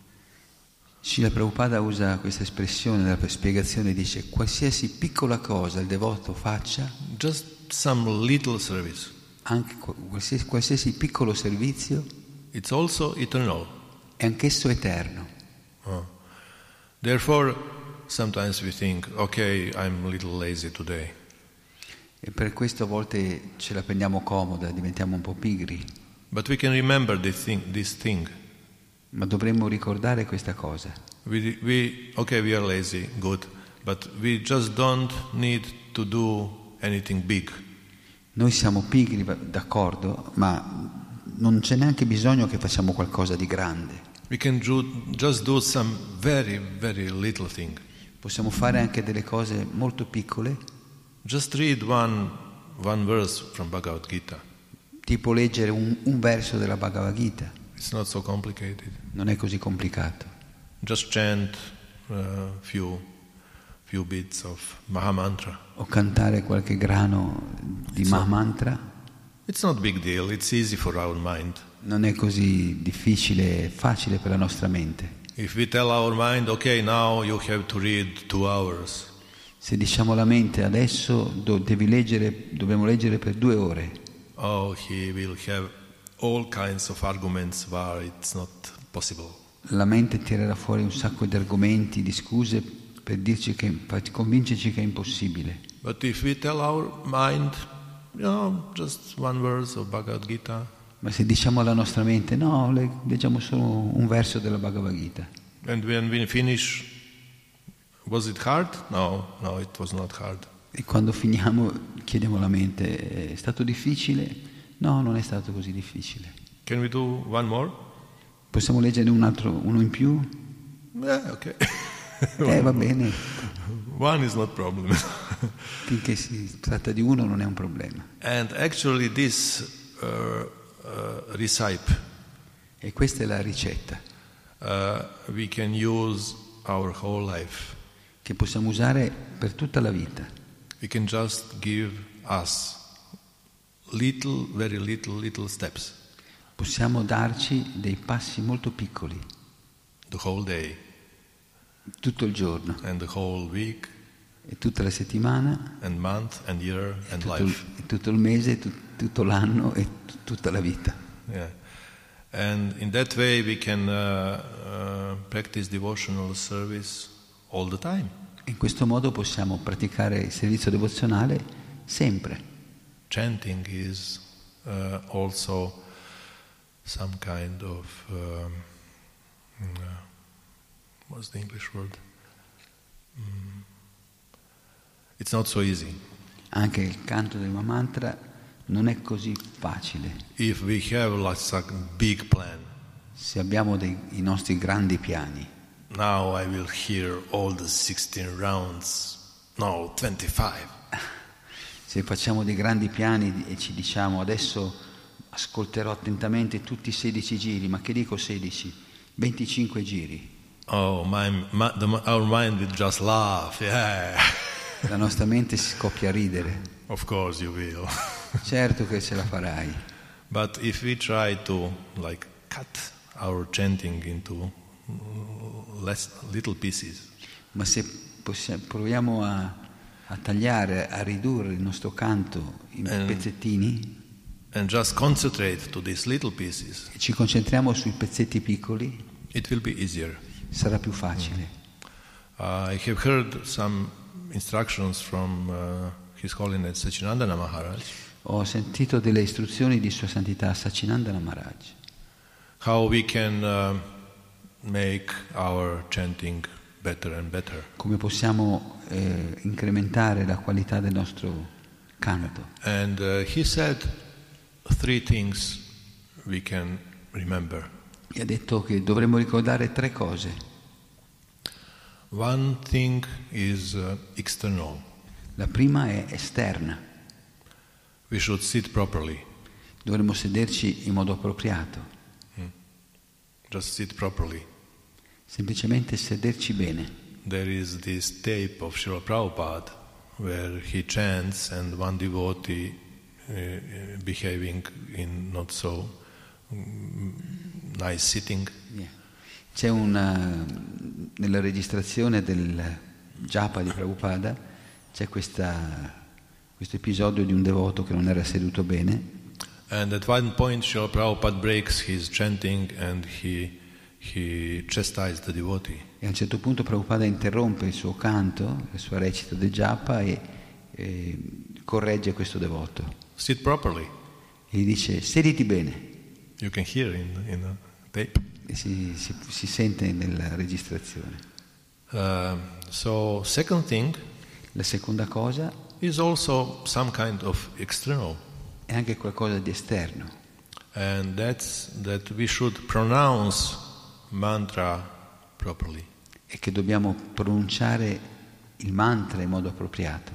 Srila Prabhupada usa questa espressione nella spiegazione, dice qualsiasi piccola cosa il devoto faccia, just some little service, anche qualsiasi, qualsiasi piccolo servizio, it's also eternal. È anch'esso eterno. Oh. Therefore, sometimes we think, okay, I'm a little lazy today. E per questo a volte ce la prendiamo comoda, diventiamo un po' pigri. But we can remember this thing. This thing. Ma dovremmo ricordare questa cosa. We, we, okay, we are lazy, good, but we just don't need to do anything big. Noi siamo pigri, d'accordo, ma non c'è neanche bisogno che facciamo qualcosa di grande. We can do, just do some very, very little thing. Possiamo fare anche delle cose molto piccole. Just read one, one verse from Bhagavad Gita. Tipo leggere un, un verso della Bhagavad Gita. It's not so complicated. Non è così complicato. Just chant a uh, few, few bits of Mahamantra. O cantare qualche grano di Mahamantra. It's not a big deal. It's easy for our mind. Non è così difficile, facile per la nostra mente. If we tell our mind, okay, now you have to read two hours. Se diciamo alla mente adesso do, devi leggere, dobbiamo leggere per due ore. Oh, he will have all kinds of arguments why it's not possible. La mente tirerà fuori un sacco di argomenti, di scuse per dirci che, per convincerci che è impossibile. But if we tell our mind, you know, just one verse of Bhagavad Gita. Ma se diciamo alla nostra mente, no, leggiamo solo un verso della Bhagavad Gita. And when we finish, was it hard? No, no, it was not hard. E quando finiamo chiediamo alla mente, è stato difficile? No, non è stato così difficile. Can we do one more? Possiamo leggere un altro, uno in più? Yeah, ok. Eh, va bene. One is not problem. Finché si tratta di uno non è un problema. And actually this uh, uh, recipe. E questa è la ricetta. Uh, we can use our whole life. Che possiamo usare per tutta la vita. We can just give us little, very little, little steps. Possiamo darci dei passi molto piccoli. The whole day. Tutto il giorno. And the whole week. E tutta la settimana. And month and year and tutto life. Il, tutto il mese, tu, tutto l'anno e t- tutta la vita. Yeah. And in that way we can uh, uh, practice devotional service all the time. In questo modo possiamo praticare il servizio devozionale sempre. Chanting is uh, also some kind of um, uh, what's the English word? Mm. It's not so easy. Anche il canto del mantra non è così facile. If we have like a big plan. Se abbiamo dei, i nostri grandi piani. Now I will hear all the sixteen rounds. No, twenty-five. Se facciamo dei grandi piani e ci diciamo adesso ascolterò attentamente tutti i sedici giri, ma che dico sedici? venticinque giri. Oh, my, my, the, our mind will just laugh. Yeah. La nostra mente si scoppia a ridere. Of course you will. Certo che ce la farai. But if we try to like cut our chanting into less little pieces. Ma se possiamo, proviamo a, a tagliare, a ridurre il nostro canto in and, pezzettini and just concentrate to these little pieces. E ci concentriamo sui pezzetti piccoli. It will be easier. Sarà più facile. Uh, I have heard some instructions from uh, His Holiness Sachinandana Maharaj. Ho sentito delle istruzioni di Sua Santità Sachinandana Maharaj. How we can uh, make our chanting better and better. Come possiamo eh, incrementare la qualità del nostro canto. And uh, he said three things we can remember. E ha detto che dovremmo ricordare tre cose. One thing is uh, external. La prima è esterna. We should sit properly. Dovremmo sederci in modo appropriato. Hmm. Just sit properly. Semplicemente sederci bene. There is this tape of Srila Prabhupada where he chants and one devotee uh, behaving in not so um, nice sitting. Yeah. C'è una, nella registrazione del Japa di Prabhupada c'è questa, questo episodio di un devoto che non era seduto bene. And at one point Srila Prabhupada breaks his chanting and he he chastised the devotee. E a un certo punto Prabhupada interrompe il suo canto, la sua recita del Japa e, e corregge questo devoto. Sit properly. E gli dice: sediti bene. You can hear in in the tape. E si, si, si sente nella registrazione. Uh, so second thing La seconda cosa is also some kind of external. è anche qualcosa di esterno. And that's that we should pronounce mantra properly. E che dobbiamo pronunciare il mantra in modo appropriato.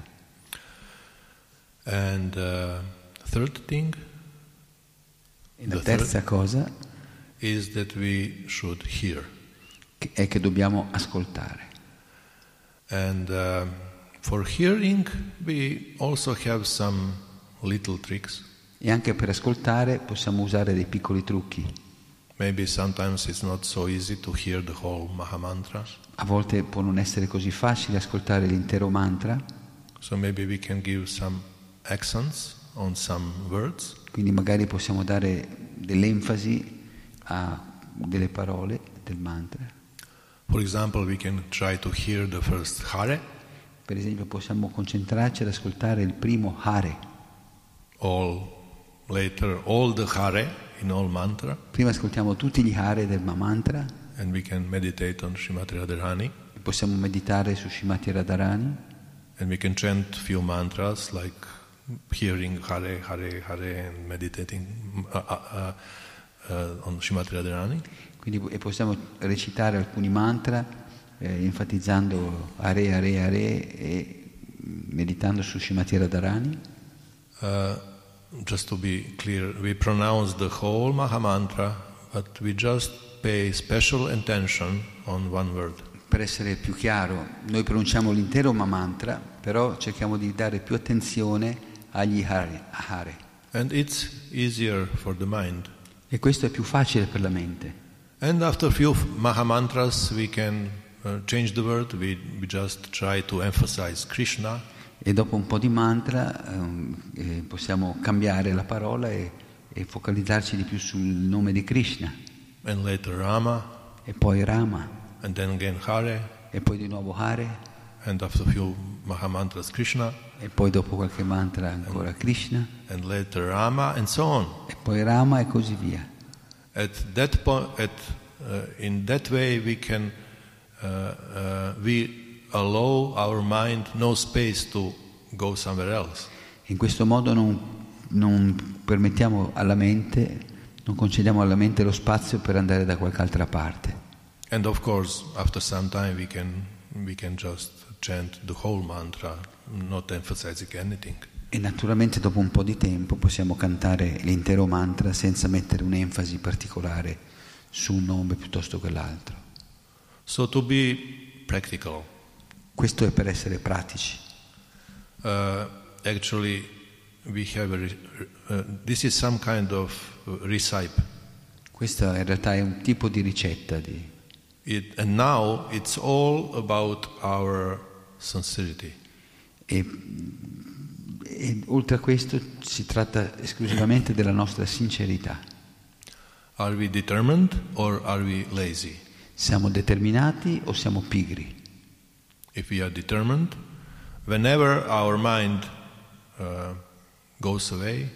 And uh, third thing, E la terza cosa is that we should hear. è che dobbiamo ascoltare. And uh, for hearing we also have some little tricks. E anche per ascoltare possiamo usare dei piccoli trucchi. Maybe sometimes it's not so easy to hear the whole Mahamantra. A volte può non essere così facile ascoltare l'intero mantra. So maybe we can give some accents on some words. Quindi magari possiamo dare dell'enfasi a delle parole del mantra. For example, we can try to hear the first Hare. Per esempio possiamo concentrarci ad ascoltare il primo Hare. All later, all the Hare in all mantra. Prima ascoltiamo tutti gli Hare del mantra. And we can meditate on Srimati Radharani. Possiamo meditare su Srimati Radharani. And we can chant few mantras like hearing Hare, Hare, Hare and meditating uh, uh, uh, on Srimati Radharani. Quindi, e possiamo recitare alcuni mantra eh, enfatizzando Hare, Hare, Hare e meditando su Srimati Radharani. Uh, just to be clear, we pronounce the whole Mahamantra, but we just pay special attention on one word. Per essere più chiaro, noi pronunciamo l'intero Mahamantra, però cerchiamo di dare più attenzione agli Hare. Hare. And it's easier for the mind. E questo è più facile per la mente. And after a few Mahamantras we can uh, change the word, we, we just try to emphasize Krishna. E dopo un po' di mantra um, eh, possiamo cambiare la parola e, e focalizzarci di più sul nome di Krishna. And later Rama. E poi Rama. And then again Hare. E poi di nuovo Hare. And after a few Mahamantras Krishna. E poi dopo qualche mantra ancora and, Krishna. And later Rama and so on. E poi Rama e così via. At that point, at, uh, in that way we can uh, uh, we allow our mind no space to go somewhere else. In questo modo non, non permettiamo alla mente, non concediamo alla mente lo spazio per andare da qualche altra parte. And of course, after some time we can we can just chant the whole mantra, not emphasizing anything. E naturalmente dopo un po' di tempo possiamo cantare l'intero mantra senza mettere un'enfasi particolare su un nome piuttosto che l'altro. So to be practical. Questo è per essere pratici. Uh, actually, we have a, uh, this is some kind of recipe. Questo in realtà è un tipo di ricetta di It, and now it's all about our sincerity. E, e oltre a questo si tratta esclusivamente della nostra sincerità. Are we determined or are we lazy? Siamo determinati o siamo pigri? If we are determined, whenever our mind uh, goes away,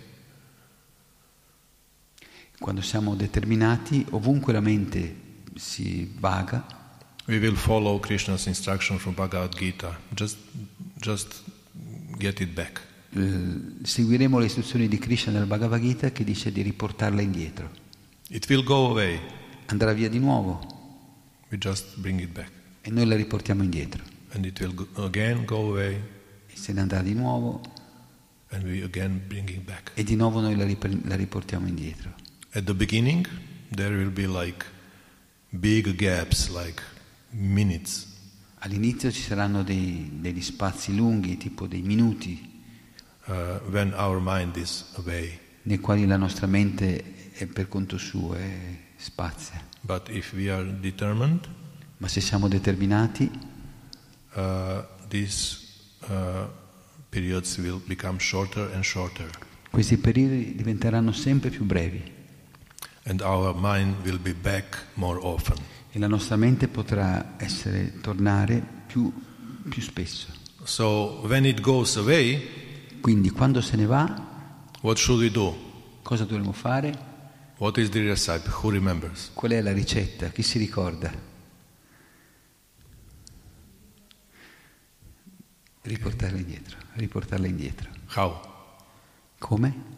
quando siamo determinati, ovunque la mente si vaga, we will follow Krishna's instruction from Bhagavad Gita. Just, just get it back. Eh, seguiremo le istruzioni di Krishna nel Bhagavad Gita che dice di riportarla indietro. It will go away. Andrà via di nuovo. We just bring it back. E noi la riportiamo indietro. And it will go, again go away. E se ne andrà di nuovo. And we again bring it back. E di nuovo noi la, ripre- la riportiamo indietro. At the beginning, there will be like big gaps, like minutes. All'inizio ci saranno dei, degli spazi lunghi, tipo dei minuti, uh, when our mind is away. nei quali la nostra mente è per conto suo e spazia. But if we are determined, ma se siamo determinati, uh, these uh, periods will become shorter and shorter. Questi periodi diventeranno sempre più brevi. And our mind will be back more often. E la nostra mente potrà essere tornare più, più spesso. So when it goes away, quindi quando se ne va, what should we do? Cosa dovremo fare? What is the recipe? Who remembers? Qual è la ricetta? Chi si ricorda? Riportarla indietro, riportarla indietro. How? Come?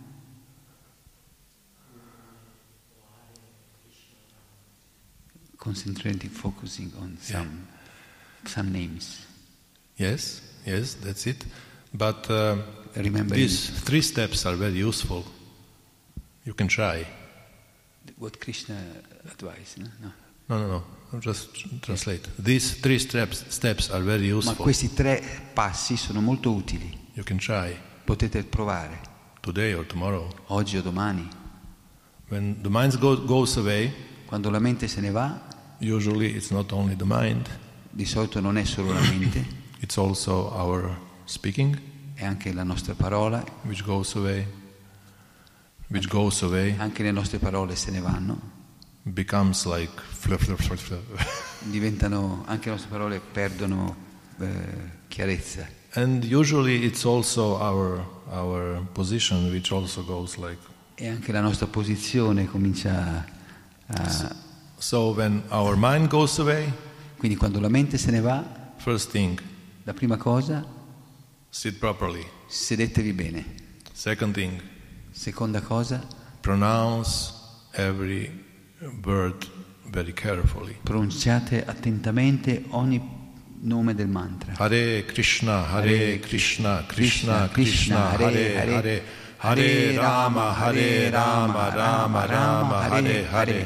Concentrating, focusing on some, yeah. some names. Yes, yes, that's it. But uh, Remember these three steps are very useful. You can try. What Krishna advised, no? No, no, no. no. Just translate. These three steps, steps are very useful. Ma questi tre passi sono molto utili. You can try. Potete provare. Today or tomorrow. Oggi o domani. When the mind go, goes away, quando la mente se ne va, usually it's not only the mind. Di solito non è solo la mente. It's also our speaking. È anche la nostra parola. Which goes away. Which anche, goes away. Anche le nostre parole se ne vanno. Becomes like fluff, fluff, fluff, fluff. Diventano, anche le nostre parole perdono eh, chiarezza. And usually it's also our our position which also goes like. E anche la nostra posizione comincia a. So, so when our mind goes away. Quindi quando la mente se ne va. First thing. La prima cosa. Sit properly. Sedetevi bene. Second thing. Seconda cosa. Pronounce every word very carefully. Pronunciate attentamente ogni nome del mantra. Hare Krishna, Hare Krishna, Krishna Krishna, Hare Hare, Hare Rama, Hare Rama, Rama Rama, Hare Hare.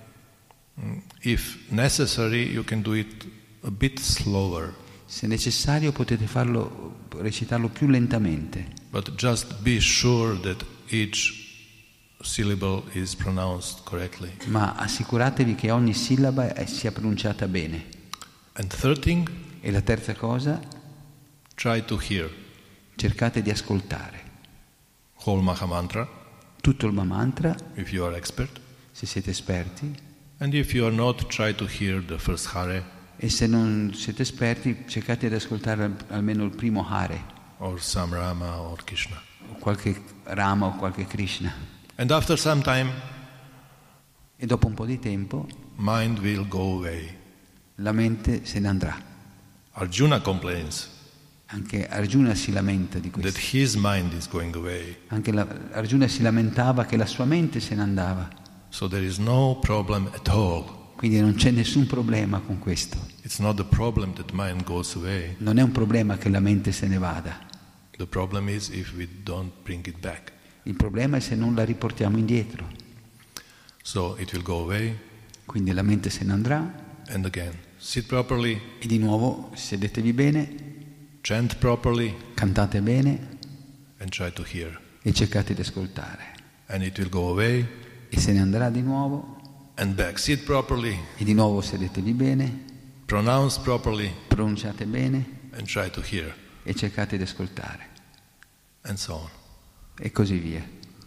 If necessary, you can do it a bit slower. Se necessario potete farlo, recitarlo più lentamente. But just be sure that each syllable is pronounced correctly. Ma assicuratevi che ogni sillaba sia pronunciata bene. And third thing, e la terza cosa, try to hear. Cercate di ascoltare. Whole Maha Mantra. Tutto il Mahamantra. If you are expert. Se siete esperti. And if you are not, try to hear the first Hare. E se non siete esperti, cercate di ascoltare almeno il primo Hare. Or some Rama or Krishna. O qualche Rama o qualche Krishna. And after some time, e dopo un po' di tempo, mind will go away. La mente se ne andrà. Arjuna complains. Anche Arjuna si lamenta di questo. That his mind is going away. Anche la, Arjuna si lamentava che la sua mente se ne andava. So there is no problem at all. Quindi non c'è nessun problema con questo. It's not the problem that mind goes away. Non è un problema che la mente se ne vada. The problem is if we don't bring it back. Il problema è se non la riportiamo indietro. So it will go away. Quindi la mente se ne andrà. And again, sit properly. E di nuovo sedetevi bene. Chant properly. Cantate bene. And try to hear. E cercate di ascoltare. And it will go away. E se ne andrà di nuovo. And back. Sit properly. E di nuovo sedetevi bene. Pronounce properly. Pronunciate bene. And try to hear. E cercate di ascoltare. And so on. E così via.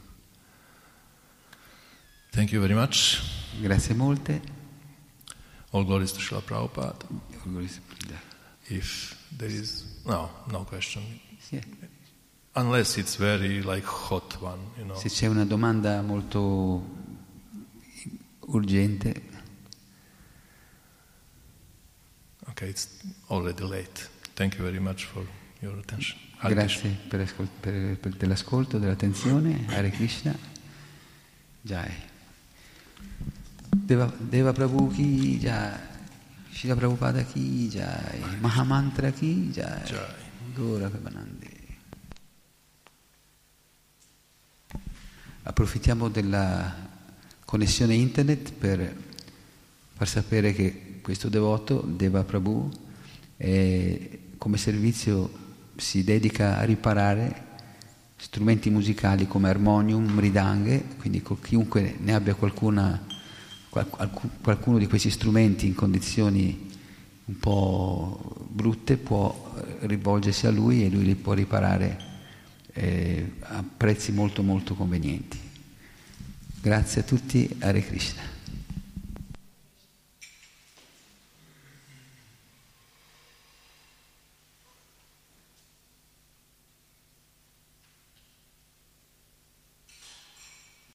Thank you very much. Grazie molte. All glories to Srila Prabhupada. If there is no no question, sì. Unless it's very like hot one, you know. Se c'è una domanda molto urgente. Okay, it's already late. Thank you very much for your attention. Hare Grazie per, ascol- per, per dell'ascolto, dell'attenzione. Hare Krishna. Jai. Deva, Deva Prabhu Ki Jai. Srila Prabhupada Ki Jai. Mahamantra Ki Jai. Jai. Gora Premanande. Approfittiamo della connessione internet per far sapere che questo devoto, Deva Prabhu, è, come servizio si dedica a riparare strumenti musicali come armonium, mridanghe, quindi chiunque ne abbia qualcuna, qualcuno di questi strumenti in condizioni un po' brutte può rivolgersi a lui e lui li può riparare eh, a prezzi molto molto convenienti. Grazie a tutti, Hare Krishna.